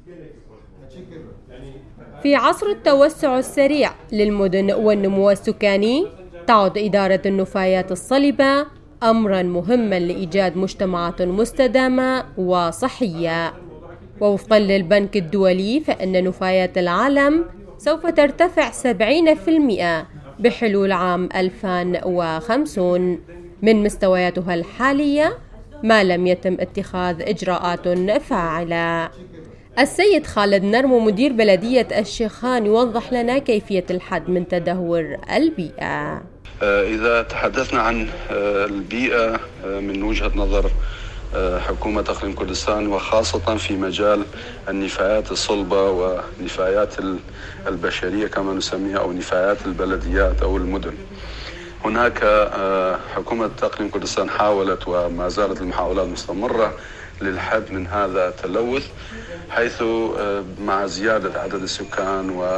في عصر التوسع السريع للمدن والنمو السكاني، تعد إدارة النفايات الصلبة أمراً مهماً لإيجاد مجتمعات مستدامة وصحية. ووفقاً للبنك الدولي، فإن نفايات العالم سوف ترتفع 70% بحلول عام 2050 من مستوياتها الحالية، ما لم يتم اتخاذ إجراءات فاعلة. السيد خالد نرمو مدير بلدية الشيخان يوضح لنا كيفية الحد من تدهور البيئة. إذا تحدثنا عن البيئة من وجهة نظر حكومة إقليم كردستان، وخاصة في مجال النفايات الصلبة ونفايات البشرية كما نسميها، أو نفايات البلديات أو المدن، هناك حكومة إقليم كردستان حاولت وما زالت المحاولات مستمرة للحد من هذا التلوث، حيث مع زيادة عدد السكان و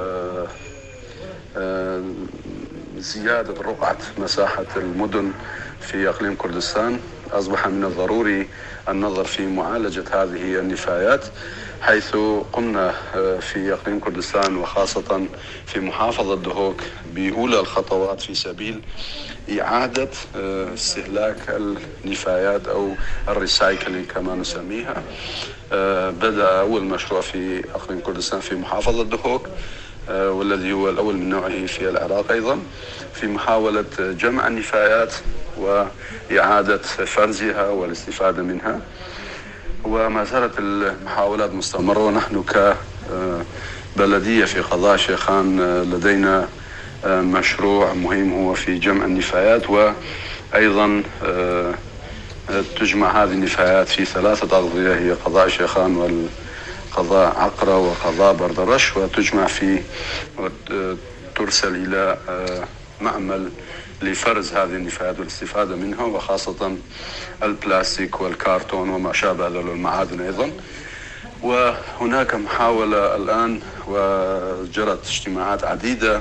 زيادة رقعة مساحة المدن في إقليم كردستان، أصبح من الضروري النظر في معالجة هذه النفايات، حيث قمنا في إقليم كردستان وخاصة في محافظة دهوك بأولى الخطوات في سبيل إعادة استهلاك النفايات أو الريسايكلينج كما نسميها. بدأ أول مشروع في إقليم كردستان في محافظة دهوك، والذي هو الأول من نوعه في العراق أيضا، في محاولة جمع النفايات وإعادة فرزها والاستفادة منها. وما زالت المحاولات مستمرة، ونحن كبلدية في قضاء شيخان لدينا مشروع مهم هو في جمع النفايات، وأيضا تجمع هذه النفايات في 3 أغذية، هي قضاء شيخان والقضاء عقرة وقضاء بردرش، وتجمع في وترسل إلى معمل لفرز هذه النفايات والاستفادة منها، وخاصة البلاستيك والكارتون وما شابه ذلك المعادن أيضا. وهناك محاولة الآن وجرت اجتماعات عديدة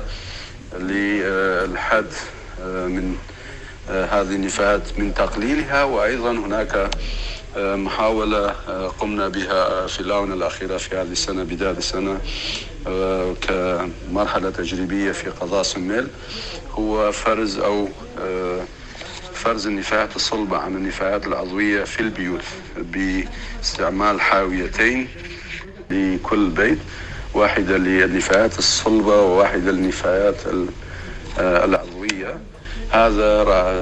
للحد من هذه النفايات من تقليلها، وأيضا هناك محاولة قمنا بها في الآونة الأخيرة في هذه السنة، بداية السنة، كمرحلة تجريبية في قضاء سميل، هو فرز النفايات الصلبة عن النفايات العضوية في البيوت باستعمال حاويتين لكل بيت، واحدة للنفايات الصلبة وواحدة للنفايات العضوية. هذا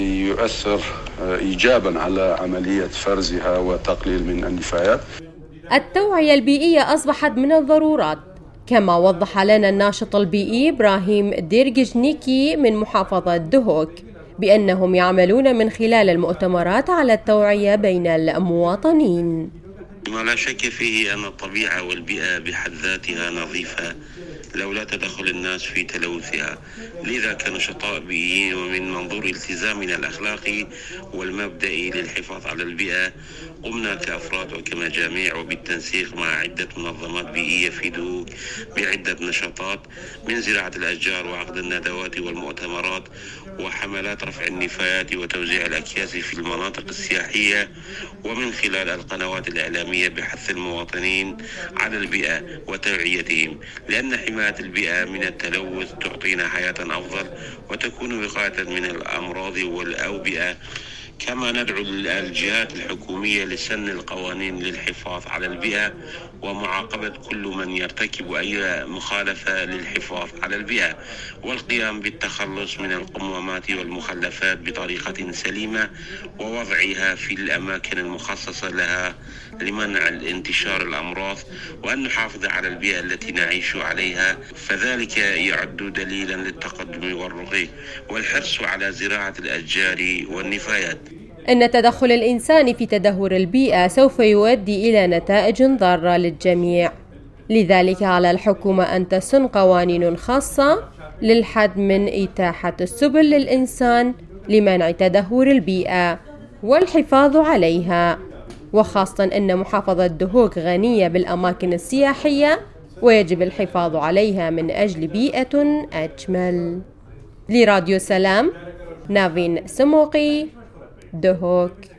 سيؤثر إيجابا على عملية فرزها وتقليل من النفايات. التوعية البيئية أصبحت من الضرورات، كما وضح لنا الناشط البيئي إبراهيم ديرججنيكي من محافظة دهوك بأنهم يعملون من خلال المؤتمرات على التوعية بين المواطنين. ما لا شك فيه أن الطبيعة والبيئة بحد ذاتها نظيفة لولا تدخل الناس في تلوثها، لذا كنشطاء بيئيين ومن منظور التزامنا الأخلاقي والمبدئي للحفاظ على البيئة، قمنا كأفراد وكمجاميع وبالتنسيق مع عدة منظمات بيئية في دهوك بعدة نشاطات، من زراعة الأشجار وعقد الندوات والمؤتمرات وحملات رفع النفايات وتوزيع الأكياس في المناطق السياحية، ومن خلال القنوات الإعلامية بحث المواطنين على البيئة وتوعيتهم، لأن حماية البيئة من التلوث تعطينا حياة أفضل وتكون وقاية من الأمراض والأوبئة. كما ندعو الجهات الحكومية لسن القوانين للحفاظ على البيئة ومعاقبة كل من يرتكب أي مخالفة للحفاظ على البيئة، والقيام بالتخلص من القمامات والمخلفات بطريقة سليمة ووضعها في الأماكن المخصصة لها لمنع انتشار الأمراض، وأن نحافظ على البيئة التي نعيش عليها، فذلك يعد دليلا للتقدم والرقي والحرص على زراعة الأشجار والنفايات. إن تدخل الإنسان في تدهور البيئة سوف يؤدي إلى نتائج ضارة للجميع، لذلك على الحكومة أن تسن قوانين خاصة للحد من إتاحة السبل للإنسان لمنع تدهور البيئة والحفاظ عليها، وخاصة أن محافظة دهوك غنية بالأماكن السياحية ويجب الحفاظ عليها من أجل بيئة أجمل. لراديو سلام، نافين سموقي، دهوك.